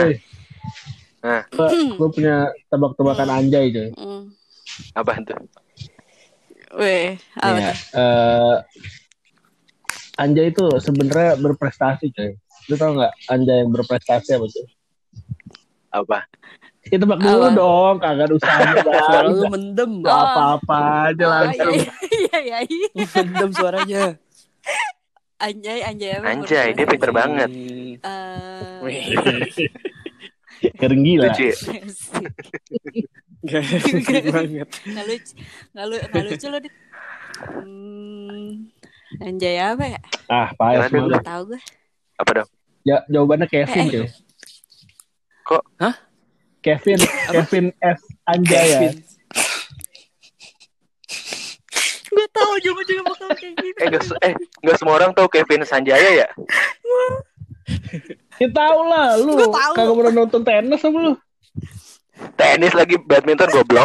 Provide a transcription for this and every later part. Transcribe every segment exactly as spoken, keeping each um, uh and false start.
cuy. Nah. Gue punya tebak-tebakan anjay cuy. Hmm. Apaan tuh? Weh, apa Ya, tuh? uh, anjay itu sebenarnya berprestasi cuy. Lu tau nggak anjay yang berprestasi apa tuh? Apa? Ya tebak dulu Apa? dong, kagak usah aja. Suara lu mendem. Gak Oh. apa-apa aja Oh, langsung. iya iya iya. Mendem suaranya. Anjay, anjay apa? Anjay, dia pinter banget. Eh, Keren gila. Lucu ya? Gak banget. Nggak lucu, nggak lu, nggak lucu lo dit. Hmm, anjay apa ya? Ah, payah Gimana semua. Nggak tahu gue. Apa dong? Ya, jawabannya Kevin Eh, cuy. Kok? Hah? Kevin, Kevin S Anjay ya. Gue tahu juga juga bakal kayak gitu. Eh, gak, eh, gak semua orang tahu Kevin Sanjaya ya? Ya tahu lah, lu Gua tahu. kagak pernah nonton tenis apa lu? Tenis lagi badminton goblok.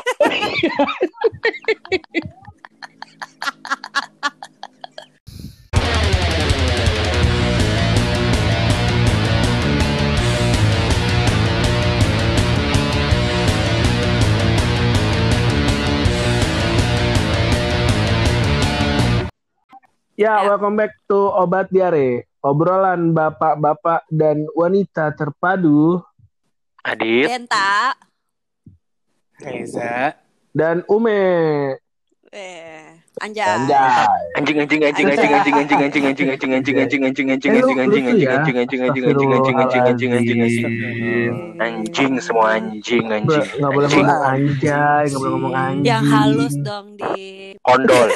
Ya, Ya. welcome back to Obat Diare. Obrolan bapak-bapak dan wanita terpadu Adit. Denta. Reza. dan Ume. Eh, anjay. Anjay. Anjing anjing anjing anjing anjing anjing anjing anjing anjing anjing anjing anjing anjing Eh, lu anjing anjing lucu anjing ya. anjing anjing anjing anjing anjing anjing anjing anjing anjing anjing semua anjing anjing Nggak boleh anjing ngomong anjay, nggak boleh ngomong anjing. Yang halus dong di. kondol.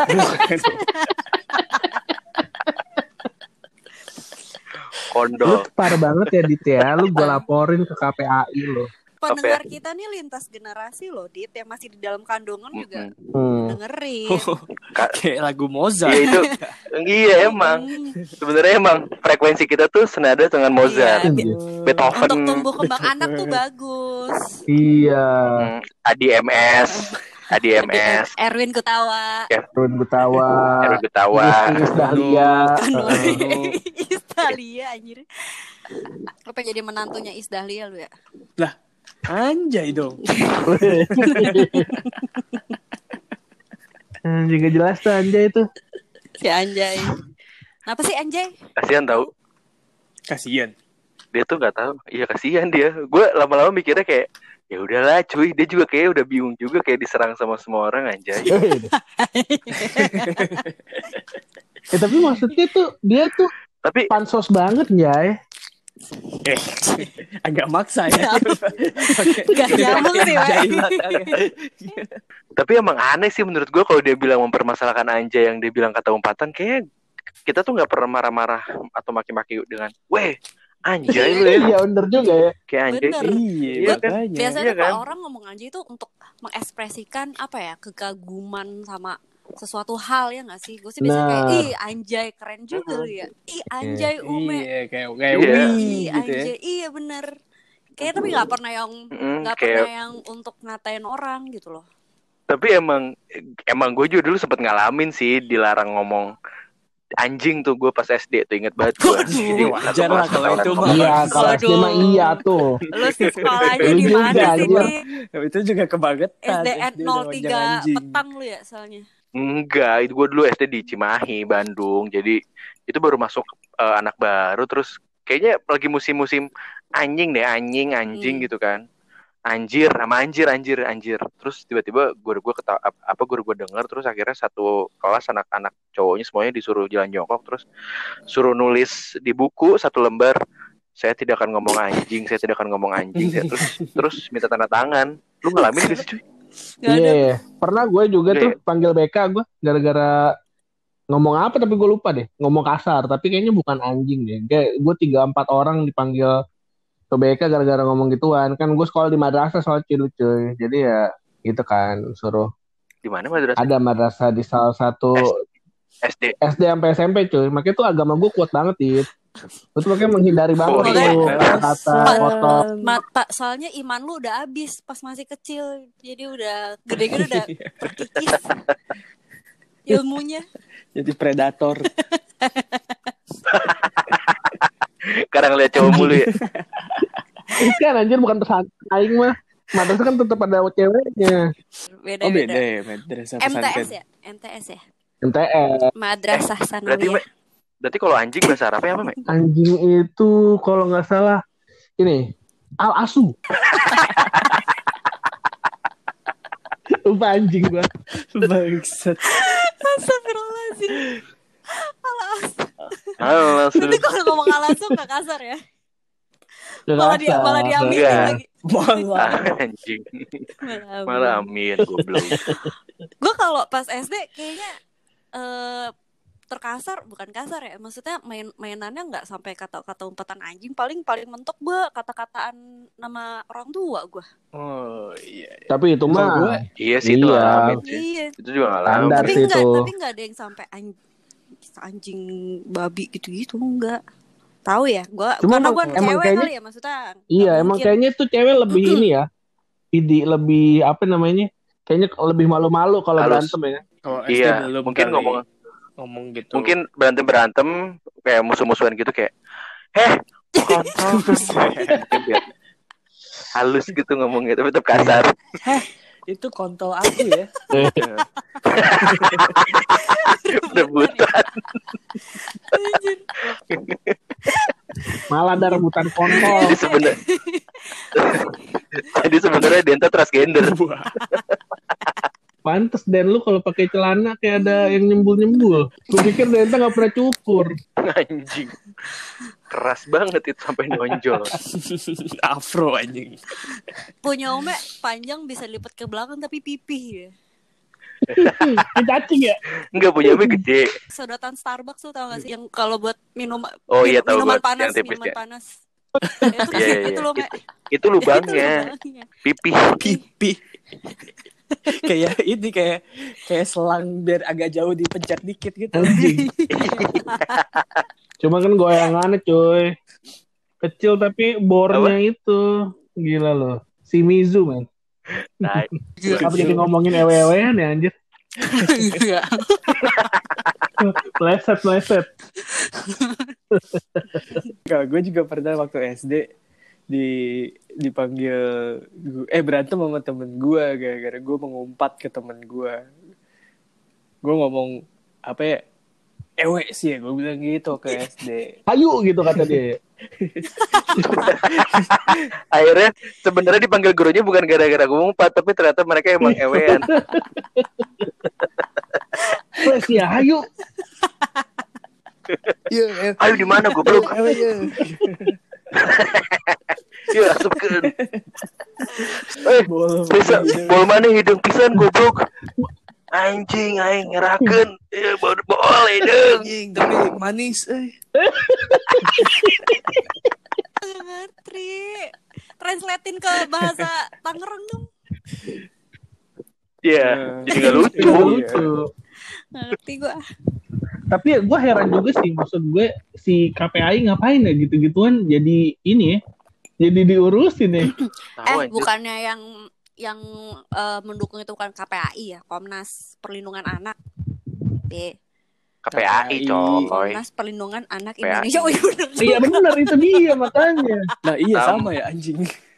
Lu Kondol. tuh parah banget ya Dit ya. Lu gue laporin ke K P A I lo. Pendengar kita nih lintas generasi loh, Dit, yang masih di dalam kandungan juga Hmm. dengerin. Ka- Kayak lagu Mozart. Iya itu. Iya emang. Hmm. Sebenarnya emang frekuensi kita tuh senada dengan Mozart, Iya, bi- Beethoven, untuk tumbuh kembang anak tuh bagus. Iya. hmm, A D M S, A D M S, Erwin Kutawa. Run Betawa. Erwin Betawa. Iis Dahlia. Nuri Isdahlia anjir. Lu pengen jadi menantunya Isdahlia lu ya? Lah, anjay dong. Anjing gak jelas tuh anjay itu. Si Anjay. Kenapa sih Anjay? Kasihan tahu. Kasian. Dia tuh nggak tahu. Iya kasihan dia. Gue lama-lama mikirnya kayak ya udahlah cuy, dia juga kayak udah bingung juga kayak diserang sama semua orang anjay. Ya tapi maksudnya tuh dia tuh Tapi pansos banget Jay. Eh, agak maksa ya. Gak nyambung sih, Wei. tapi emang aneh sih menurut gue kalau dia bilang mempermasalahkan anjay yang dia bilang kata umpatan, kayak kita tuh nggak pernah marah-marah atau maki-maki dengan, weh anjay lu ya, Iya bener juga ya. kayak anjay. Bener. Iya, Iya kan? makanya. Biasanya Iya kan? kalau orang ngomong anjay itu untuk mengekspresikan apa ya, kekaguman sama sesuatu hal ya nggak sih? Gue sih biasanya kayak Nah. ih anjay keren juga lu ya. Ih anjay Ume. Iya, kayak kayak Iya. wih Ih gitu ya. anjay. Iya bener. Kayak tapi nggak pernah yang Mm, nggak kayak pernah yang untuk ngatain orang gitu loh. tapi emang emang gue juga dulu sempet ngalamin sih dilarang ngomong anjing tuh gue pas S D tuh, inget banget gue. Jadi wajar lah kalau itu mah. Iya kalau S D mah iya tuh. Lu sekolahnya Lu di juga, mana sih anjir. nih? Itu juga kebangetan. S D N S D nol udah tiga panjang anjing. petang lu ya soalnya. Enggak, itu gue dulu S D di Cimahi, Bandung. Jadi itu baru masuk uh, anak baru, terus kayaknya lagi musim-musim anjing deh, anjing, anjing Hmm. gitu kan. Anjir, nama anjir, anjir, anjir. Terus tiba-tiba guru gue ketawa, apa guru gue denger, terus akhirnya satu kelas anak-anak cowoknya semuanya disuruh jalan jongkok, terus suruh nulis di buku satu lembar, saya tidak akan ngomong anjing, saya tidak akan ngomong anjing, saya terus terus minta tanda tangan. Lu ngalamin gak sih cuy? Gak Iya. ada. Pernah gue juga Iya. tuh panggil B K gue gara-gara ngomong apa tapi gue lupa deh. Ngomong kasar tapi kayaknya bukan anjing deh. Kayak gue tiga empat orang dipanggil ke B K gara-gara ngomong gituan. Kan gue sekolah di madrasah soal cilu cuy. Jadi ya gitu kan suruh. Di mana madrasah? Ada madrasah di salah satu S D. S D sampai S M P cuy. Makanya tuh agama gue kuat banget Dit. Itu makanya menghindari banget Oh, tuh iya. kata-kata kotor. Mata soalnya iman lu udah habis pas masih kecil. Jadi udah gede-gede udah terkikis ilmunya. Jadi predator. Kadang lihat cowok mulu ya. Ikan anjir bukan pesantren aing mah. Madrasah kan tetap ada ceweknya. Beda Oh beda. beda ya madrasah M T S pesantren. ya, M T S ya. M T S. Madrasah Berarti Sanawiyah. Me, berarti kalau anjing bahasa Arabnya apa, Me? Anjing itu kalau nggak salah ini al asu. Lupa anjing gua. Bangsat. Astagfirullahaladzim. Alas. Halo, Tapi kalau ngomong alasum gak kasar ya. Nggak Malah dia kasar. malah diaminin Enggak. lagi. Malah. anjing. Malah. Malah amin goblok. Gue kalau pas S D kayaknya eh terkasar, bukan kasar ya, maksudnya main mainannya nggak sampai kata-kata umpatan anjing, paling paling mentok gue kata-kataan nama orang tua gue. Oh iya. Tapi itu Kalau mah gue Iya sih itu Iya. ngalamin sih. Iya. Itu juga Standar ngalamin. Tapi sih enggak, itu. tapi enggak ada yang sampai anjing, anjing babi gitu-gitu enggak. Tahu ya, gua Cuma karena emang- gua emang cewek kayaknya- kali ya maksudnya. iya Nggak emang mungkin. kayaknya tuh cewek lebih ini ya. Idi lebih apa namanya? Kayaknya lebih malu-malu kalau Halus. berantem ya. kalau S D Iya, belum mungkin kali ngomong ngomong gitu. mungkin berantem-berantem kayak musuh-musuhan gitu kayak heh kontol. Mungkin biar halus gitu ngomongnya tapi tetap kasar. Itu kontol aku ya. Rebutan. Malah ada rebutan kontol. Jadi sebenarnya Jadi sebenarnya Denta transgender. Pantes Dan lu kalau pakai celana kayak ada yang nyembul-nyembul. Gue pikir Denta nggak pernah cukur. Anjing. Keras banget itu sampai nonjol. Afro anjing. Punya Ome panjang bisa lipat ke belakang tapi pipih ya. Ini cacing ya? Enggak punya mie gede. Sedotan Starbucks tuh tau gak sih yang kalau buat minum Oh iya, tahu minuman buat panas, yang tipis minuman ya. panas. Ya, itu, Iya, iya, itu iya. loh, Mek. Itu lubangnya. lubangnya. Pipih. Pipi. Kayak ini kayak kayak selang biar agak jauh dipencet dikit gitu. Anjing. Cuma kan goyangannya cuy. Kecil tapi bornya itu. Gila loh. Si Mizu men. Nah, Apa jadi ngomongin ewe-ewean ya anjir? Iya. Pleset, pleset. Kalau gue juga pernah waktu S D di dipanggil gu- eh berantem sama temen gue gara-gara gue mengumpat ke temen gue. Gue ngomong apa ya? Ewe sih ya gue bilang gitu ke S D. Ayo gitu kata dia. akhirnya sebenarnya dipanggil gurunya bukan gara-gara gue ngumpat, tapi ternyata mereka emang ewean. Wes ya, ayo. Iya, Ayo di mana goblok? ewe ya. Yuk asupkeun. Eh, Bol bisa bol mana hidung pisan goblok. Anjing aing ngerakeun. Ya bol bol hidung. anjing tapi manis eh. Ngerti. Translatein ke bahasa Tangerang dong. Iya, jadi enggak lucu. Itu Iya. lucu. Ngerti gua. Tapi ya gue heran juga sih, maksud gue si K P A I ngapain ya gitu-gituan jadi ini ya. Jadi diurusin ya. Tahu Eh, anjir. bukannya yang yang eh, mendukung itu bukan K P A I ya, Komnas Perlindungan Anak. B. K P A I coy. Komnas Perlindungan Anak K P A I. Indonesia. Oh iya bener juga. Iya benar itu dia makanya. Nah iya Sama. sama ya anjing.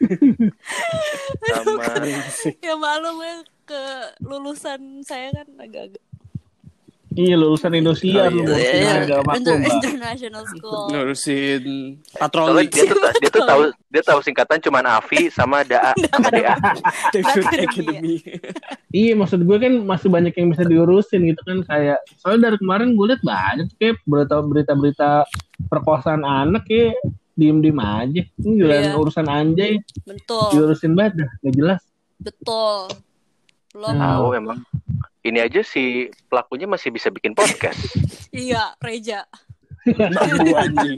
Sama Ya maklum ya, ke lulusan saya kan agak-agak Iya lulusan Indosiar Oh, lu iya. ngurusin agak Inter- maklum lah. international school. Ngurusin soalnya patroli. dia tuh dia tuh tahu dia tahu singkatan cuman A V I sama D A sama D A. David Academy. Academy. Iya maksud gue kan masih banyak yang bisa diurusin gitu kan kayak soalnya dari kemarin gue liat banyak kayak berita-berita perkosaan anak ya diem-diem aja. Ini giliran Iya. urusan anjay Betul, diurusin banget dah, gak jelas. betul. Belum. Hmm. Tahu emang. Ini aja si pelakunya masih bisa bikin podcast. Iya, Reja. Aku anjing.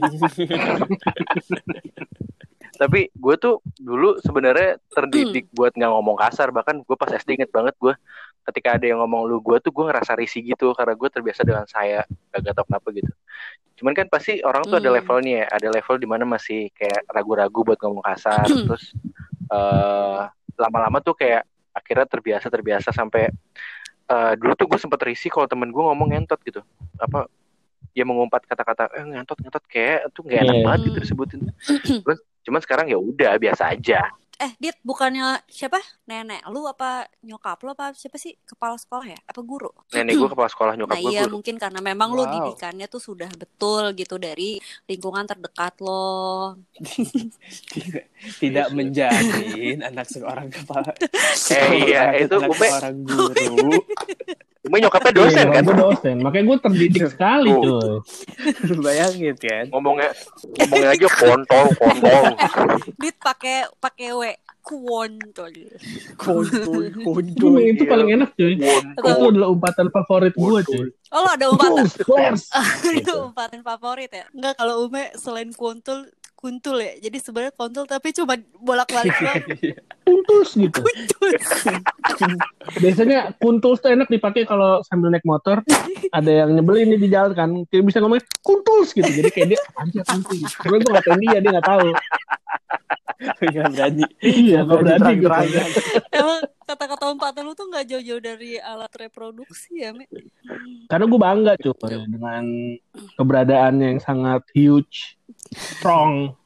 Tapi gue tuh dulu sebenarnya terdidik buat nggak ngomong kasar. Bahkan gue pas S D inget banget gue ketika ada yang ngomong lu gue tuh gue ngerasa risih gitu karena gue terbiasa dengan saya gak tau kenapa gitu. Cuman kan pasti orang tuh ada Hmm. levelnya ya, ada level di mana masih kayak ragu-ragu buat ngomong kasar. Terus eh, lama-lama tuh kayak akhirnya terbiasa terbiasa sampai eh, dulu tuh gue sempet risih kalau temen gue ngomong ngentot gitu. Apa dia mengumpat kata-kata eh ngentot ngentot kayak tuh nggak enak Iya. banget gitu disebutin. Terus Cuman sekarang ya udah biasa aja. Eh, Dit, bukannya siapa? Nenek lu apa nyokap lu apa siapa sih kepala sekolah ya? Apa guru? Nenek gue kepala sekolah, nyokap Nah gue iya guru. mungkin karena memang lu Wow. didikannya tuh sudah betul gitu dari lingkungan terdekat lo. tidak, tidak menjamin anak seorang kepala Eh iya, sekolah, itu anak Ume, seorang guru. Ume nyokapnya dosen Iya, kan? gue dosen. Makanya gue terdidik sekali Oh. cuy. Bayangin kan. Ngomongnya ngomongnya aja kontol, kontol. Dit pakai pakai W kuontol. Kontol, Itu, kontol. itu iya. paling enak cuy. Kontol. Itu adalah umpatan favorit gue cuy. Oh lo ada umpatan? Tools, flares. Itu umpatan favorit ya? Enggak, kalau Ume selain kuntul kuntul ya. Jadi sebenarnya kuntul tapi cuma bolak-balik doang. Kuntus gitu. Kuntul. Biasanya kuntus tuh enak dipakai kalau sambil naik motor. Ada yang nyebelin nih di jalan kan. Kayak bisa ngomongin kuntus gitu. Jadi kayak dia anjir kuntus gitu. Sebenernya gue ngatain dia, dia gak tahu. Nggak berani. Iya, gak berani gitu. terang-terangan. Emang kata-kata umpatan lu tuh gak jauh-jauh dari alat reproduksi ya, Me? Karena gue bangga cuy dengan keberadaannya yang sangat huge, strong.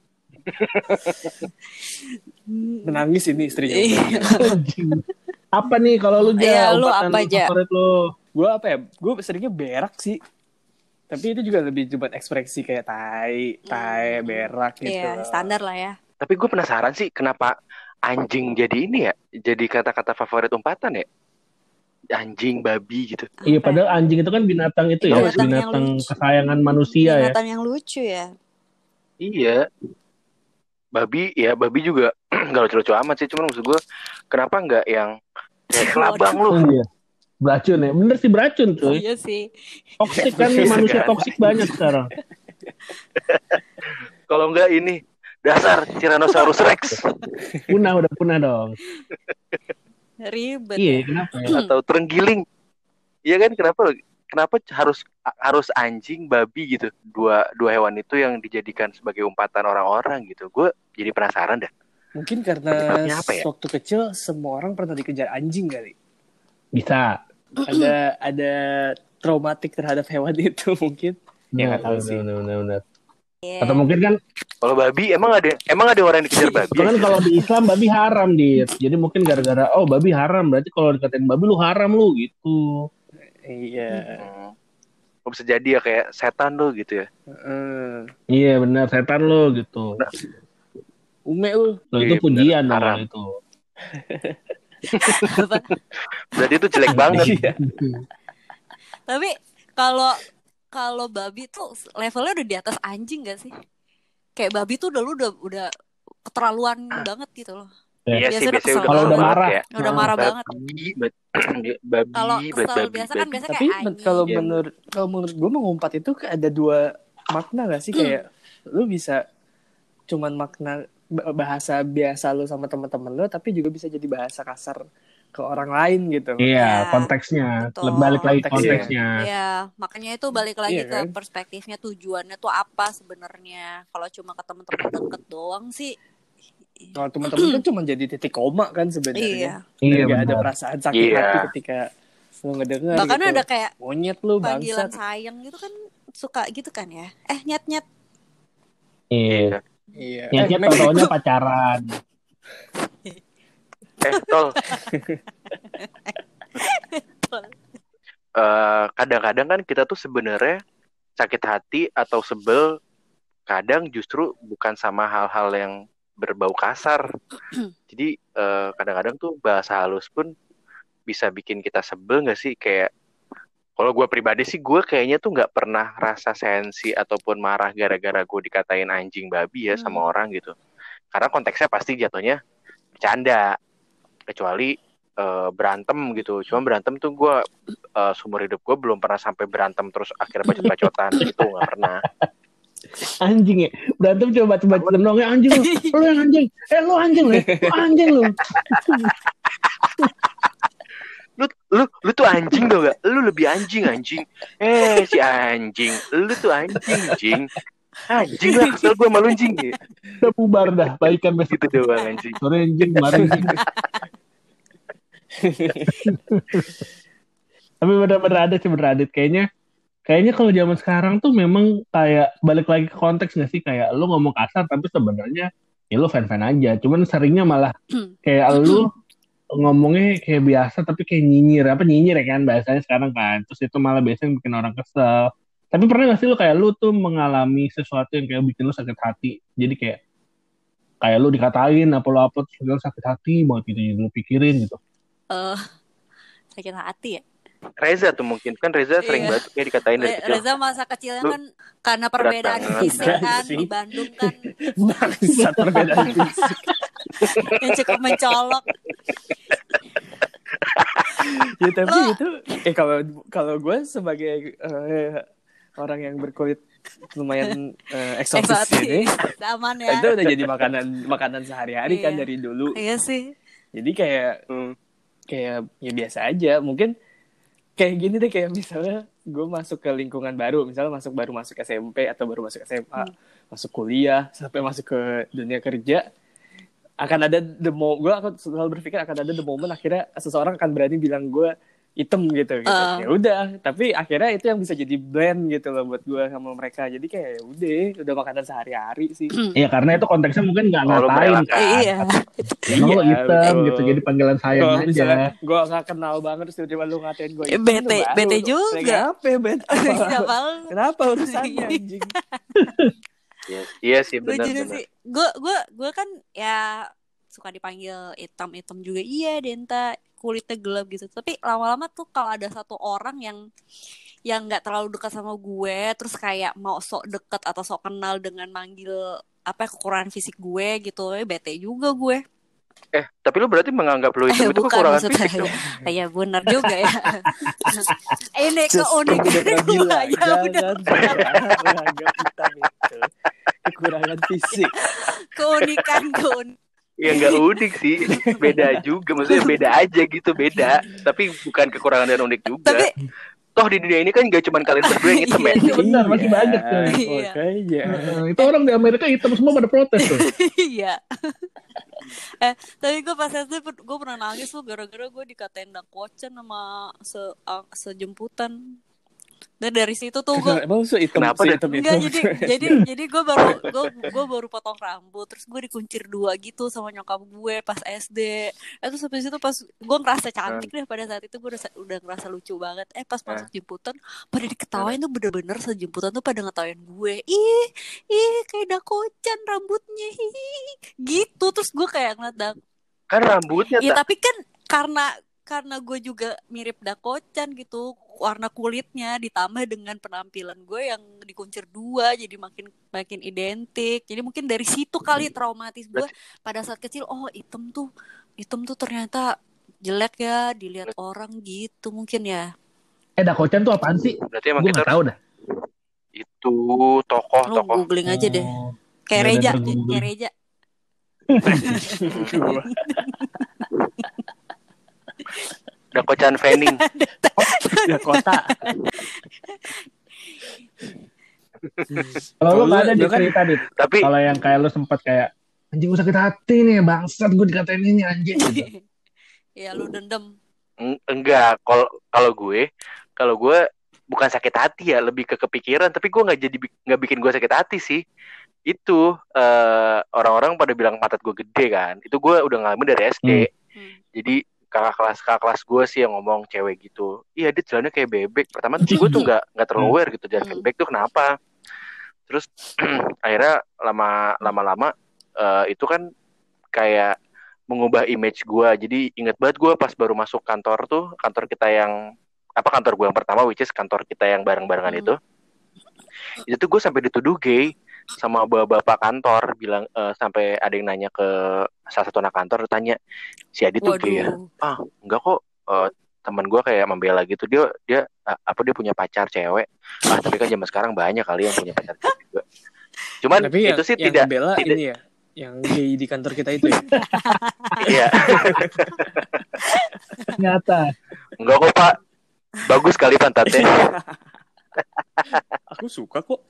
Menangis ini istrinya. Iya. Apa nih kalau lu Iya, aja lu umpatan apa aja? favorit lu? Gue apa ya? Gue seringnya berak sih. Tapi itu juga lebih cuma ekspresi kayak tai, tai, berak gitu. Iya, standar lah ya. Tapi gue penasaran sih kenapa anjing jadi ini ya, jadi kata-kata favorit umpatan ya. Anjing, babi gitu. Iya, padahal anjing itu kan binatang itu ya, Binatang yang binatang lucu. kesayangan manusia ya. Binatang yang lucu ya. Iya. Babi ya, babi juga gak lucu-lucu amat sih. Cuman maksud gue, kenapa nggak yang kayak kelabang lu? Oh, iya. Beracun ya, bener sih beracun cuy. Iya sih. Toksik kan, manusia toksik banyak sekarang. Kalau nggak ini, dasar Tyrannosaurus Rex. Punah, udah punah dong. Ribet. Iya, Ya. kenapa ya? Atau terenggiling. Iya kan, kenapa kenapa harus harus anjing, babi gitu. Dua dua hewan itu yang dijadikan sebagai umpatan orang-orang gitu. Gue jadi penasaran dah. Mungkin karena Penyebabnya apa ya? waktu kecil semua orang pernah dikejar anjing kali. Bisa. Ada ada traumatik terhadap hewan itu mungkin. Ya nggak tahu Bener, sih. bener, bener, bener. Iya. Atau mungkin kan, Kalau babi emang ada emang ada orang yang dikejar babi. kan kalau di Islam babi haram dit. Jadi mungkin gara-gara oh babi haram berarti kalau dikatain babi lu haram lu gitu. Iya. Hmm. Oh, bisa jadi ya kayak setan lu gitu ya. Heeh. Iya benar setan lu gitu. Ume lu. Loh itu Iya, pujian bener, dong haram. kalau itu. Apa? Berarti itu jelek banget. Iya. Tapi kalau kalau babi tuh levelnya udah di atas anjing gak sih? Kayak babi tuh udah lu udah udah keterlaluan banget gitu loh. Iya Biasanya sih, udah biasanya kesel udah Kalau udah banget marah. ya. Udah marah banget. Babi, bat- babi, Kalau bat- kesel babi, biasa kan babi. biasa Tapi kayak anjing. kalau Iya. menurut kalau menurut gue mengumpat itu ada dua makna gak sih, kayak lu bisa cuman makna bahasa biasa lu sama teman-teman lu, tapi juga bisa jadi bahasa kasar ke orang lain gitu. Iya Ya, konteksnya. betul. Balik lagi Konteksnya. konteksnya. Iya, makanya itu balik lagi Iya ke kan? perspektifnya, tujuannya tuh apa sebenarnya. Kalau cuma ke teman-teman deket doang sih. Kalau teman-teman kan cuma jadi titik koma kan Iya. sebenarnya. Iya Gak ada benar. perasaan sakit Iya. hati ketika lu ngedenger Bahkan gitu. ada kayak Monyet lu panggilan bangsat. sayang gitu kan suka gitu kan ya. Eh nyet-nyet. Iya. Iya. Nyet-nyet Mek, tau-taunya pacaran. Eh, tol. Eh, kadang-kadang kan kita tuh sebenarnya sakit hati atau sebel kadang justru bukan sama hal-hal yang berbau kasar. Jadi eh, kadang-kadang tuh bahasa halus pun bisa bikin kita sebel nggak sih? Kayak kalau gue pribadi sih gue kayaknya tuh nggak pernah rasa sensi ataupun marah gara-gara gue dikatain anjing babi ya Hmm. sama orang gitu. Karena konteksnya pasti jatuhnya bercanda. Kecuali eh, berantem gitu. Cuma berantem tuh gue uh, seumur hidup gue belum pernah sampai berantem terus akhirnya bacot-bacotan gitu, nggak pernah. Anjing ya. Berantem coba coba dong ya anjing lu. Lu yang anjing. Eh lu anjing lu. Lu anjing lu. Lu lu lu tuh anjing dong gak? Lu lebih anjing anjing. Eh si anjing, lu tuh anjing anjing. Anjing lah, kesel gue malu anjing ya. Udah bubar dah. Baikan besok. Gitu doang anjing. Sore anjing, kemarin anjing. Tapi benar-benar ada sih, benar ada. Kayaknya kayaknya kalau zaman sekarang tuh memang kayak balik lagi ke konteks nggak sih, kayak lu ngomong kasar tapi sebenarnya ya lu fan-fan aja. Cuman seringnya malah kayak lu ngomongnya kayak biasa tapi kayak nyinyir apa nyinyir ya kan bahasanya sekarang kan. Terus itu malah biasanya bikin orang kesel. Tapi pernah gak sih lu kayak lu tuh mengalami sesuatu yang kayak bikin lu sakit hati? Jadi kayak kayak lu dikatain apa lu apa terus lu sakit hati banget gitu yang lu pikirin gitu. Eh, sakit hati ya. Reza tuh mungkin kan Reza sering Iya. banget kayak dikatain dari Re- kecil. Reza masa kecilnya Lu kan karena perbedaan banget. fisik kan Sih. di Bandung kan Bangsat perbedaan fisik. yang cukup mencolok. Ya tapi Lo- itu eh kalau kalau gue sebagai eh, orang yang berkulit lumayan eh, eksotis ini, Eksotis, aman ya. itu udah jadi makanan makanan sehari-hari kan Iya. dari dulu. Iya sih. Jadi kayak Hmm. kayak ya biasa aja. Mungkin kayak gini deh, kayak misalnya gue masuk ke lingkungan baru, misalnya masuk baru masuk S M P atau baru masuk S M A, Hmm. masuk kuliah sampai masuk ke dunia kerja, akan ada the moment, gue akan selalu berpikir akan ada the moment akhirnya seseorang akan berani bilang gue item gitu gitu. Uh. Ya udah, tapi akhirnya itu yang bisa jadi blend gitu loh buat gue sama mereka. Jadi kayak ya udah, udah makanan sehari-hari sih. Iya karena itu konteksnya mungkin nggak Oh, lu ngatain merelakan. kan. Iya. Emang lo Iya, hitam betul. gitu jadi panggilan sayang Kalau aja. misalnya gue gak kenal banget terus tiba-tiba lu ngatain gue Eh, bete- bete juga. Kenapa ya, bete? Kenapa lu? Kenapa urusannya anjing? Iya, iya sih Lucu benar-benar. sih. Gue gue gue kan ya suka dipanggil hitam-hitam juga. Iya, Denta kulitnya gelap gitu. Tapi lama-lama tuh kalau ada satu orang yang yang nggak terlalu dekat sama gue, terus kayak mau sok deket atau sok kenal dengan manggil apa kekurangan fisik gue gitu, eh, bete juga gue. Eh, tapi lu berarti menganggap lu itu Eh, itu bukan kekurangan maksudnya. fisik dong. Iya benar juga ya. Ini Just kayak keunikan gue udah pernah gue bilang, ya udah jangan pernah menganggap hitam itu kekurangan fisik. keunikan keunikan. Ya nggak unik sih, beda juga. Maksudnya beda aja gitu, beda. Tapi bukan kekurangan dan unik juga. Tapi Toh di dunia ini kan gak cuma kalian berdua yang hitam ya. Iya. Benar masih Iya, banyak tuh. Iya. Makanya. Heeh, itu orang di Amerika hitam semua pada protes tuh. Iya. eh tapi gue pas S D gue pernah nangis tuh gara-gara gue dikatain dakocan sama se a- sejemputan. Dan dari situ tuh gue Emang su hitam, Kenapa su dah? hitam itu? enggak jadi jadi jadi gue baru gue gue baru potong rambut terus gue dikuncir dua gitu sama nyokap gue pas S D. Eh, terus habis itu pas gue ngerasa cantik deh pada saat itu gue udah, udah ngerasa lucu banget. Eh pas masuk jemputan pada diketawain tuh bener-bener sejemputan tuh pada ngetawain gue. Ih ih kayak dakocan rambutnya ih gitu. Terus gue kayak ngeliat dak Kan rambutnya ya tak. tapi kan karena karena gue juga mirip dakocan gitu, warna kulitnya ditambah dengan penampilan gue yang dikuncir dua jadi makin makin identik. Jadi mungkin dari situ kali traumatis gue pada saat kecil. Oh hitam tuh hitam tuh ternyata jelek ya dilihat orang gitu mungkin ya. Eh Dakocan tuh apaan sih? Berarti emang Gue kita nggak tahu dah. itu Lo tokoh-tokoh. googling aja deh. Oh, Kayak iya, Reja, ntar gua googling. kayak Reja. Dakocan Fanning. Dakota. Kalau lu Kalau nggak ada lu- di lu kan- cerita dit. Tapi Kalau yang kayak lu sempat kayak anjing gue sakit hati nih bangsat gue dikatain ini anjing. Gitu. Ya lu dendam. eng- enggak, kalau kalau gue, kalau gue bukan sakit hati ya, lebih ke kepikiran. Tapi gue nggak jadi bi- nggak bikin gue sakit hati sih. Itu eh, orang-orang pada bilang pantat gue gede kan. Itu gue udah ngalamin dari S D. Hmm. Jadi kakak kelas kakak kelas gue sih yang ngomong cewek gitu. Iya dia jalannya kayak bebek. Pertama tuh gue tuh nggak nggak terlalu aware gitu jalan kayak Hmm. bebek tuh kenapa. Terus akhirnya lama lama-lama eh, itu kan kayak mengubah image gue. Jadi inget banget gue pas baru masuk kantor tuh, kantor kita yang apa kantor gue yang pertama, which is kantor kita yang bareng-barengan Hmm. itu. Itu tuh gue sampai dituduh gay sama bapak kantor, bilang eh, sampai ada yang nanya ke salah satu anak kantor, tanya si Adi tuh gay ya? Waduh. Ah enggak kok, eh, teman gue kayak membela gitu, dia dia eh, apa dia punya pacar cewek. Ah tapi kan zaman sekarang banyak kali yang punya pacar cewek juga. Cuman Tapi yang, itu sih yang tidak bela tidak ini ya, yang gay di kantor kita itu ya. iya. Nyata. Enggak kok Pak, bagus sekali pantatnya. Aku suka kok.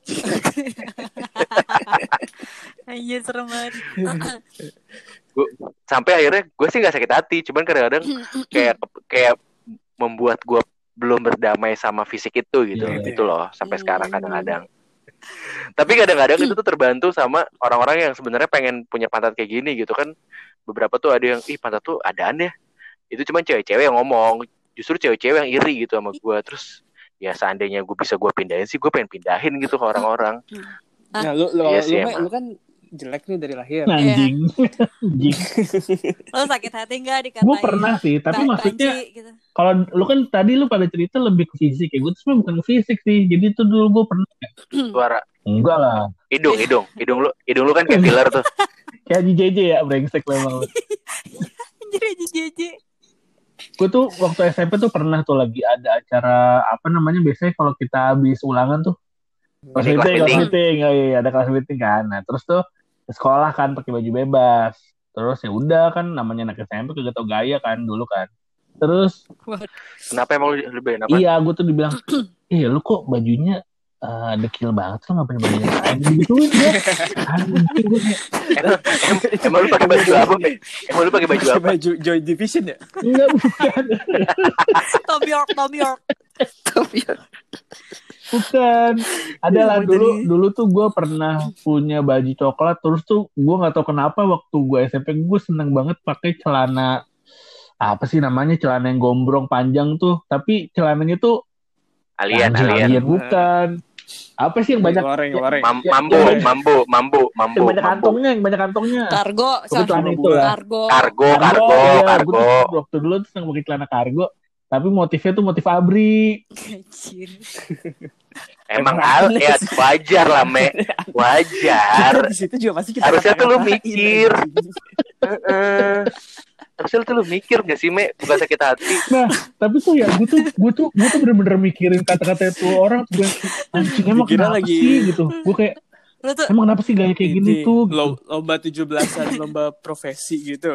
Anjir serem banget. Gua, sampai akhirnya gue sih nggak sakit hati, cuman kadang-kadang kayak kayak membuat gue belum berdamai sama fisik itu gitu, Iya, gitu loh sampai Hmm. sekarang kadang-kadang. Tapi kadang-kadang itu tuh terbantu sama orang-orang yang sebenarnya pengen punya pantat kayak gini gitu kan. Beberapa tuh ada yang ih pantat tuh adaan ya. Itu cuma cewek-cewek yang ngomong. Justru cewek-cewek yang iri gitu sama gue. Terus ya seandainya gue bisa gue pindahin sih, gue pengen pindahin gitu ke orang-orang. Nah, lu lu, Iya lu, sih, lu, emang. lu kan jelek nih dari lahir. Anjing. Anjing. Lo sakit hati nggak dikatain? Gue pernah sih, tapi Ba- maksudnya banci gitu. kalau lu kan tadi lu pada cerita lebih ke fisik ya, gue tuh sebenarnya bukan ke fisik sih. Jadi itu dulu gue pernah. Suara Enggak lah. hidung, hidung, hidung lu, hidung lu kan kayak pilar tuh. Kayak J J ya, brengsek memang. Anjir aja Jeje. Gue tuh waktu S M P tuh pernah tuh lagi ada acara apa namanya biasanya kalau kita habis ulangan tuh kelas Ini kelas meeting, kelas meeting. meeting, oh iya ada kelas meeting kan. Nah terus tuh ke sekolah kan pakai baju bebas. Terus ya udah kan namanya anak S M P kagak tau gaya kan dulu kan. Terus Kenapa emang lu lebih kenapa? iya gue tuh dibilang, eh lu kok bajunya uh, dekil banget sih ngapain bajunya kayak gituin dia. Anjing gue kayak Emang, em- emang lu pakai baju apa, Pe? Emang lu pakai baju Pakai apa? baju Joy Division ya? enggak bukan. Tom York, Tom York. Bukan. Adalah Ya, dulu jadi- dulu tuh gue pernah punya baju coklat terus tuh gue nggak tahu kenapa waktu gue S M P gue seneng banget pakai celana apa sih namanya celana yang gombrong panjang tuh tapi celananya tuh Alien, anjing, alien. alien bukan apa sih yang banyak Loreng, ya- loreng. Mam- Ya, mambo, ya, mambo, mambo, mambo, yang banyak mambo. kantongnya yang banyak kantongnya Kargo, Oke, celana itu lah. Kargo. Kargo, kargo, iya, gue kargo. tuh waktu dulu tuh seneng pakai celana kargo tapi motifnya tuh motif abri. Anjir. Emang Emang al, aneh ya sih. wajar lah, Me. Wajar. Di situ juga pasti kita Harusnya tuh lu ngata-ngatain, mikir. anjing. Heeh. Harusnya tuh lu mikir gak sih, Me? Bukan sakit hati. Nah, tapi tuh ya, gue tuh, gue tuh, gue tuh bener-bener mikirin kata-kata itu orang. Gue anjing emang Dikira kenapa lagi- sih gitu? Gue kayak Lu tuh emang kenapa sih gaya kayak gini Ini, tuh? Gitu. lo- lomba tujuh belasan, lomba profesi gitu.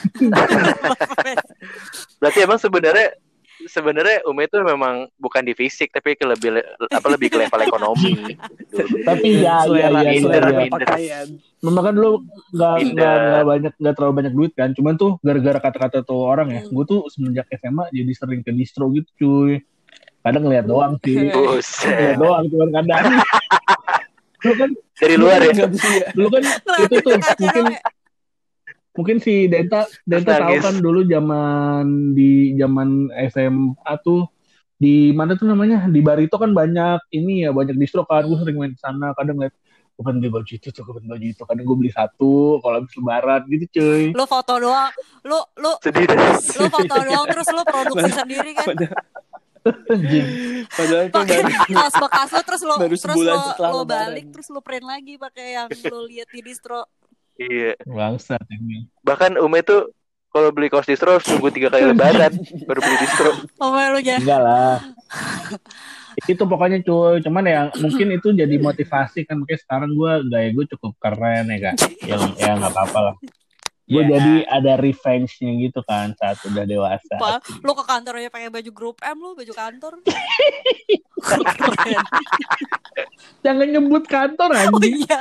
Berarti emang sebenarnya sebenarnya Umi itu memang bukan di fisik tapi ke lebih apa lebih ke level ekonomi. Tapi ya, ya, selera, ya, selera ya, ya. berpakaian. Memang kan dulu nggak Minder. nggak nggak banyak nggak terlalu banyak duit kan. Cuman tuh gara-gara kata-kata tuh orang ya, Hmm. gue tuh semenjak S M A jadi sering ke distro gitu cuy. Kadang ngeliat doang sih, ngeliat Buset. doang cuman kadang. Dulu kan, Dari luar ya. Nggak bisa ya. dulu kan itu tuh mungkin ya. mungkin si Denta Denta tahu nangis. kan dulu zaman di zaman S M A tuh di mana tuh namanya di Barito kan banyak ini ya banyak distro kan gue sering main di sana kadang lihat gue pengen beli baju itu tuh gue pengen baju itu kadang gue beli satu kalau habis lebaran gitu cuy. Lu foto doang. Lu lu Sedih deh. lu foto doang terus lu produksi sendiri kan. Padahal, Anjing. padahal tuh Pakai baru kaos bekas lu terus lu baru terus sebulan lu, setelah lu lebaran. balik terus lu print lagi pakai yang lu lihat di distro. Iya. Bangsat ini. Bahkan Umi tuh kalau beli kaos distro harus tunggu tiga kali lebaran baru beli distro. Oh lu ya. Enggak lah. Itu pokoknya cuy, cuman ya mungkin itu jadi motivasi kan makanya sekarang gue gaya gue cukup keren ya kan. Ya ya nggak apa-apa lah. Gue Ya. jadi ada revenge-nya gitu kan saat udah dewasa. Apa? Lu ke kantor aja pakai baju grup M lu, baju kantor. Keren. Jangan nyebut kantor Oh anjing. iya.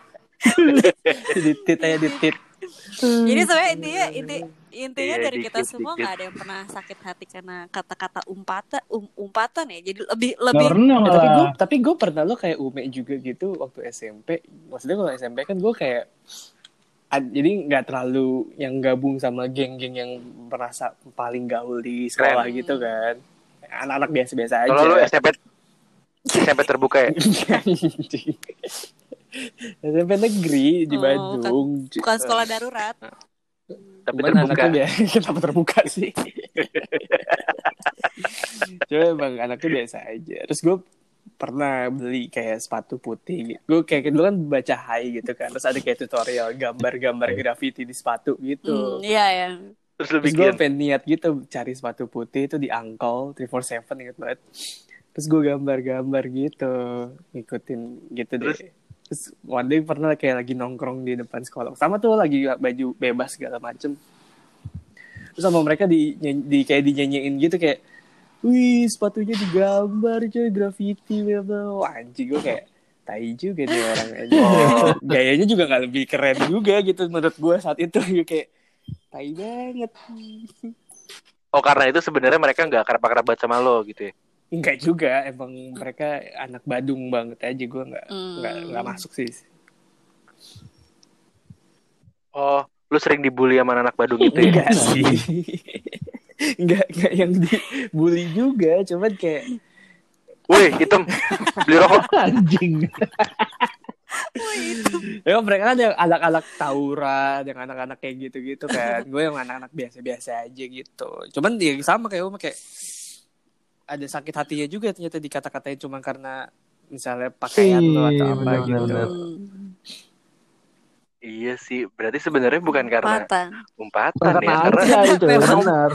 ditit aja ditit. Jadi sebenarnya intinya inti intinya Iya, dari kita dikit, semua dikit. nggak ada yang pernah sakit hati karena kata-kata umpatan um, umpatan ya. Jadi lebih Gak lebih pernah Ya, tapi gue malah. tapi gue pernah lo kayak Ume juga gitu waktu S M P. Maksudnya kalau S M P kan gue kayak ad- jadi nggak terlalu yang gabung sama geng-geng yang merasa paling gaul di sekolah Keren. gitu kan. Anak-anak biasa-biasa aja. Kalau lu S M P S M P terbuka ya. Anjing. S M P negeri di Oh, Bandung. bukan sekolah darurat. Tapi Cuman terbuka. anaknya biasa, kenapa terbuka sih? Cuma emang anaknya biasa aja. Terus gue pernah beli kayak sepatu putih. Gue kayak dulu kan baca Hai gitu kan. Terus ada kayak tutorial gambar-gambar graffiti di sepatu Hmm, gitu. iya ya. Terus lu Terus gue bikin. pengen niat gitu cari sepatu putih itu di Uncle tiga empat tujuh inget banget. Terus gue gambar-gambar gitu, ngikutin gitu deh. Terus? Terus one day pernah kayak lagi nongkrong di depan sekolah. Sama tuh lagi baju bebas segala macem. Terus sama mereka di, di kayak dinyanyiin gitu kayak, wih sepatunya digambar coy graffiti bla bla. Wah, anjing gue kayak tai juga nih orang aja. Oh. Gayanya juga nggak lebih keren juga gitu menurut gue saat itu. Gue kayak tai banget. Oh karena itu sebenarnya mereka nggak akrab-akrab banget sama lo gitu ya. Enggak juga, emang mereka anak Badung banget aja, gue nggak nggak Hmm. nggak masuk sih. Oh, lu sering dibully sama anak Badung itu ya? Enggak sih, enggak enggak yang dibully juga, cuman kayak Woi, hitam, beli rokok. Anjing. ya mereka kan yang anak-anak tawuran, yang anak-anak kayak gitu-gitu kan. Gue yang anak-anak biasa-biasa aja gitu. Cuman ya sama kayak Uma, kayak ada sakit hatinya juga ternyata dikata-katain cuma karena misalnya pakaian lo atau Iya, apa bener, gitu. bener. Hmm. Iya sih, berarti sebenarnya bukan karena Umpatan. umpatan Bukan ya, karena karena aja itu ya, Memang. benar.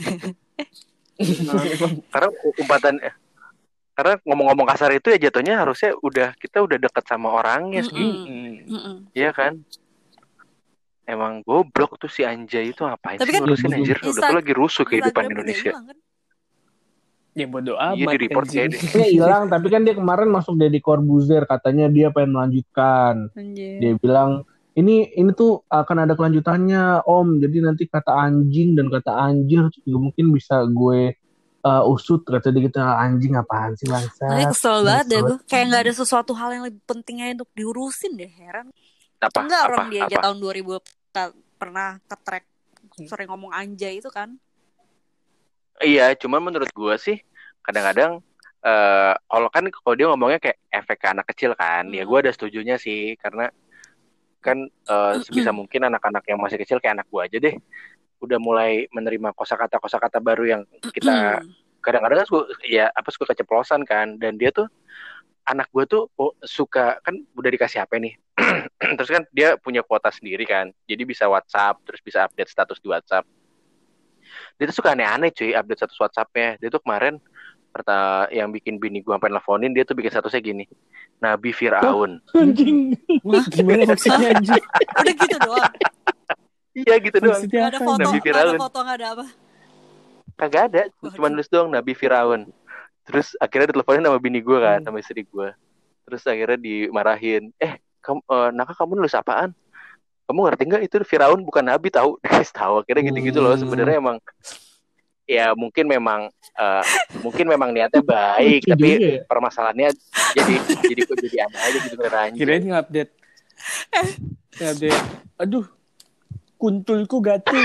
karena umpatan eh, karena ngomong-ngomong kasar itu ya jatuhnya harusnya udah kita udah deket sama orangnya sih, Mm-mm. Mm-mm. Mm-mm. iya kan? Emang goblok tuh si Anjay itu ngapain Tapi sih kan ngurusin Insta- anjir? Udah tuh lagi rusuh kehidupan Instagramnya udah Indonesia. hilang kan? Ya bodo Iya, amat di-report anjing. kayak deh. Dia hilang, tapi kan dia kemarin masuk Deddy Corbuzier, katanya dia pengen melanjutkan. Anjir. Dia bilang, ini ini tuh akan ada kelanjutannya Om, jadi nanti kata anjing dan kata anjir juga mungkin bisa gue uh, usut, kata dia gitu. Anjing apaan sih bangsa. Tapi kesel banget deh gue. Kayak gak ada sesuatu hal yang lebih pentingnya untuk diurusin deh, heran. Apa? Enggak, apa? orang dia aja apa? tahun dua ribu ta- pernah ke-track sering ngomong anjay itu kan. Iya, cuman menurut gue sih kadang-kadang eh kalau kan kalau dia ngomongnya kayak efek ke anak kecil kan, ya gue ada setujunya sih karena kan eh, sebisa mungkin anak-anak yang masih kecil kayak anak gue aja deh udah mulai menerima kosakata kosakata baru yang kita kadang-kadang kan suka, ya apa suka keceplosan kan, dan dia tuh anak gue tuh oh, suka kan udah dikasih H P nih terus kan dia punya kuota sendiri kan, jadi bisa WhatsApp terus bisa update status di WhatsApp. Dia tuh suka aneh-aneh cuy update status WhatsAppnya. Dia tuh kemarin pertama yang bikin bini gue sampai nelfonin, dia tuh bikin statusnya gini, Nabi Firaun. Anjing. Wah, gimana maksudnya anjing? Udah gitu doang. Iya gitu doang. Maksudnya Gak ada apa? foto, Nabi gak ada Firaun. foto, gak ada apa. Kagak ada, Waduh. cuma nulis doang Nabi Firaun. Terus akhirnya diteleponin sama bini gue kan, Hmm. sama istri gue. Terus akhirnya dimarahin, eh kamu, uh, Naka kamu nulis apaan? Kamu ngerti nggak itu Firaun bukan Nabi tahu? Guys tahu akhirnya gitu-gitu loh. Sebenarnya emang ya mungkin memang uh, mungkin memang niatnya baik, Lucu tapi juga ya. permasalahannya jadi jadi kok jadi aneh aja gitu beneran. Kirain nge-update. Nge-update. Aduh, kuntulku gatel.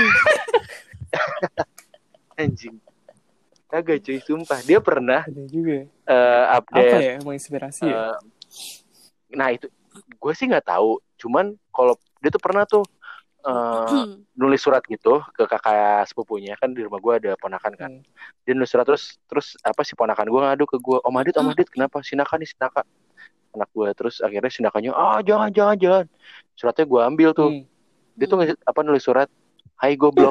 Anjing. Kagak cuy, sumpah. Dia pernah Ada juga. uh, update. Apa ya? Menginspirasi ya? uh, nah itu gue sih nggak tahu. Cuman kalau dia tuh pernah tuh uh, nulis surat gitu ke kakak sepupunya, kan di rumah gue ada ponakan kan. Hmm. Dia nulis surat terus terus apa sih ponakan gue ngadu ke gue, Om Adit, Om Adit, kenapa Sinaka nih Sinaka anak gue. Terus akhirnya Sinakanya ah jangan jangan jangan. Suratnya gue ambil tuh. Hmm. Dia tuh nge- apa nulis surat, Hai goblok.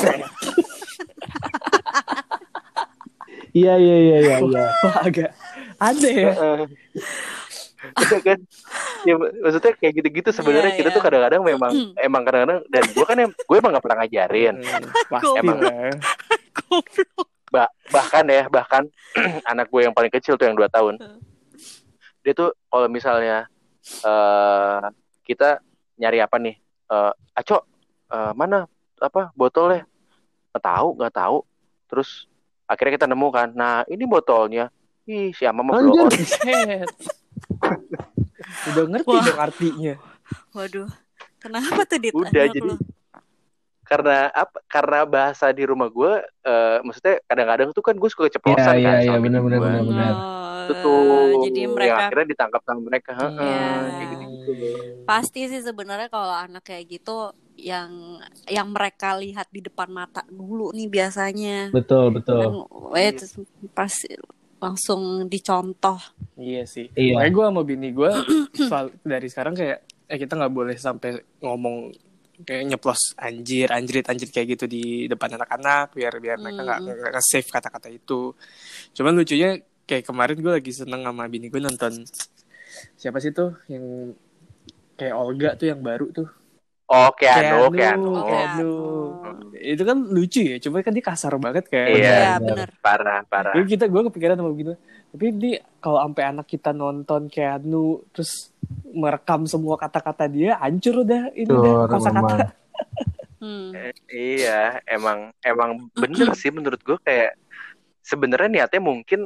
Iya iya iya iya. iya. Wah, agak aneh ya. Iya kan? Ya, maksudnya kayak gitu-gitu sebenarnya Iya, kita iya. tuh kadang-kadang memang emang kadang-kadang, dan gue kan em- gue emang gak pernah ngajarin. Hmm, Pasti Emang. lah. Goblok. Ba- bahkan ya bahkan anak gue yang paling kecil tuh yang dua tahun, dia tuh kalau misalnya uh, kita nyari apa nih, uh, Aco uh, mana apa botolnya, nggak tahu nggak tahu terus akhirnya kita nemu kan, nah ini botolnya, ih si Ama mah blow on. Buset. Udah ngerti Wah. dong artinya. Waduh. Kenapa tuh Dit? Udah, Anak jadi lu? karena apa karena bahasa di rumah gue, uh, maksudnya kadang-kadang tuh kan gue suka keceplosan Iya, kan iya, iya, sama bini benar, benar, gue. benar, benar. Oh, Itu tuh jadi yang mereka akhirnya ditangkap sama mereka. Heeh, Iya. kayak gitu-gitu loh. pasti sih sebenarnya kalau anak kayak gitu yang yang mereka lihat di depan mata dulu nih biasanya. Betul Kan betul. wait, pasti langsung dicontoh. Iya sih. Iya. Makanya gue sama bini gue soal dari sekarang kayak eh kita nggak boleh sampai ngomong kayak nyeplos anjir, anjrit, anjrit kayak gitu di depan anak-anak biar biar mereka nggak Hmm. nggak save kata-kata itu. Cuman lucunya kayak kemarin gue lagi seneng sama bini gue nonton siapa sih tuh yang kayak Olga tuh yang baru tuh. Oh, Keanu, Keanu, Keanu. Oh, Keanu. Keanu. Itu kan lucu ya, cuma kan dia kasar banget kan. Iya. Iya, benar. Parah, parah. Jadi kita gue kepikiran sama begitu. Tapi ini kalau sampai anak kita nonton Keanu terus merekam semua kata-kata dia, hancur udah ini Betul, udah kosakata. memang. Hmm. Eh, iya, emang emang bener sih menurut gue, kayak sebenarnya niatnya mungkin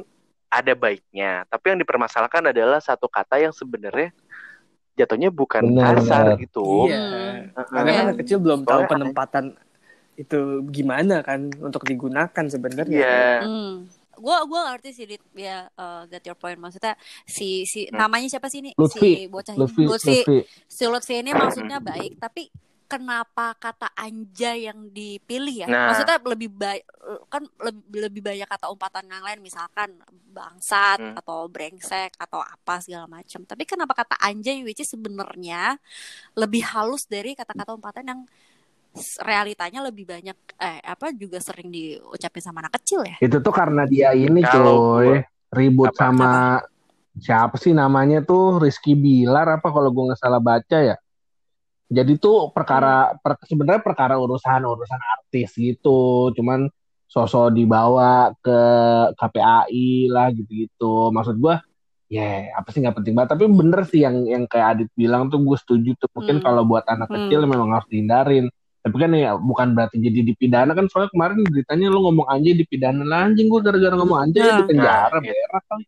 ada baiknya, tapi yang dipermasalahkan adalah satu kata yang sebenarnya jatuhnya bukan Benar, kasar benar. gitu. Iya. Heeh. Karena kan Iya. anak kecil belum tahu Soalnya penempatan itu gimana kan untuk digunakan sebenarnya. Iya. Hmm. Gua gua ngerti sih Dit, ya uh, get your point, maksudnya si si Hmm. namanya siapa sih ini Lutfi, si bocah ini Lutfi, Lutfi Lutfi. si Lutfi ini maksudnya baik, tapi kenapa kata anjay yang dipilih ya? Nah. Maksudnya lebih baik kan lebih lebih banyak kata umpatan yang lain, misalkan bangsat Hmm. atau brengsek atau apa segala macam. Tapi kenapa kata anjay which is sebenarnya lebih halus dari kata-kata umpatan yang realitanya lebih banyak eh apa juga sering diucapin sama anak kecil ya? Itu tuh karena dia ini Kalau cuy, gua- ribut Apa? sama siapa sih namanya tuh, Rizky Bilar apa kalau gue nggak salah baca ya. Jadi tuh perkara per, sebenarnya perkara urusan urusan artis gitu, cuman sosok dibawa ke K P A I lah gitu-gitu. Maksud gue, ya yeah, apa sih nggak penting banget. Tapi bener sih yang yang kayak Adit bilang tuh, gue setuju tuh. Mungkin Hmm. kalau buat anak Hmm. kecil memang harus dihindarin. Tapi kan ya bukan berarti jadi dipidana kan, soalnya kemarin beritanya lu ngomong anjing dipidana lah, anjing gue gara-gara ngomong anjing Nah. di penjara, Nah, berak kali.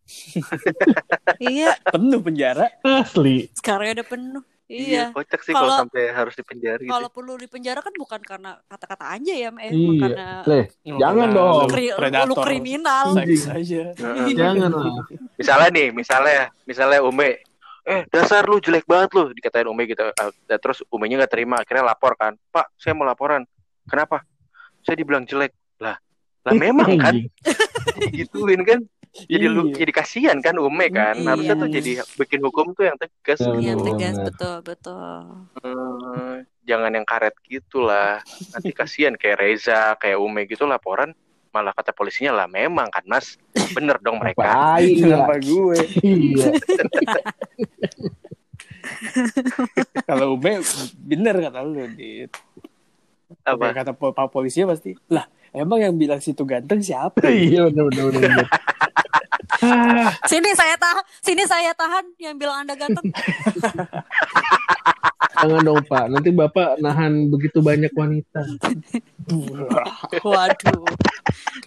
Iya, Penuh penjara. Asli. sekarang udah penuh. Iya, Iya. kocak sih kalau Kalau- sampai harus dipenjara gitu. Kalau perlu di penjara kan bukan karena kata-kata anjay ya, eh, Iya. karena Leh, jangan Karena dong. lu kri- lu predator. kriminal. Seks aja. Heeh. Jangan lah. Misalnya nih, misalnya, misalnya Ume, eh dasar lu jelek banget lu, dikatain Ume gitu. Uh, terus Umenya nggak terima, akhirnya lapor kan, Pak, saya mau laporan. Kenapa? Saya dibilang jelek. Lah, lah memang kan, gituin kan. Jadi lu Iya. jadi kasihan kan Ume kan. Iya. Harusnya tuh jadi bikin hukum tuh yang tegas Ya, gitu. Yang bener, tegas, bener. betul, betul. Hmm, jangan yang karet gitulah. Nanti kasihan kayak Reza, kayak Ume gitu laporan, malah kata polisinya lah memang kan Mas. Bener dong mereka. Apa iya. Kenapa gue? Iya. Kalau Ube bener kata lu, Dit. Apa? Kayak kata po- pak polisinya pasti, lah emang yang bilang situ ganteng siapa? Iya bener bener bener. Ah, Sini saya tahan, sini saya tahan yang bilang Anda ganteng. jangan dong Pak, nanti Bapak nahan begitu banyak wanita. Waduh.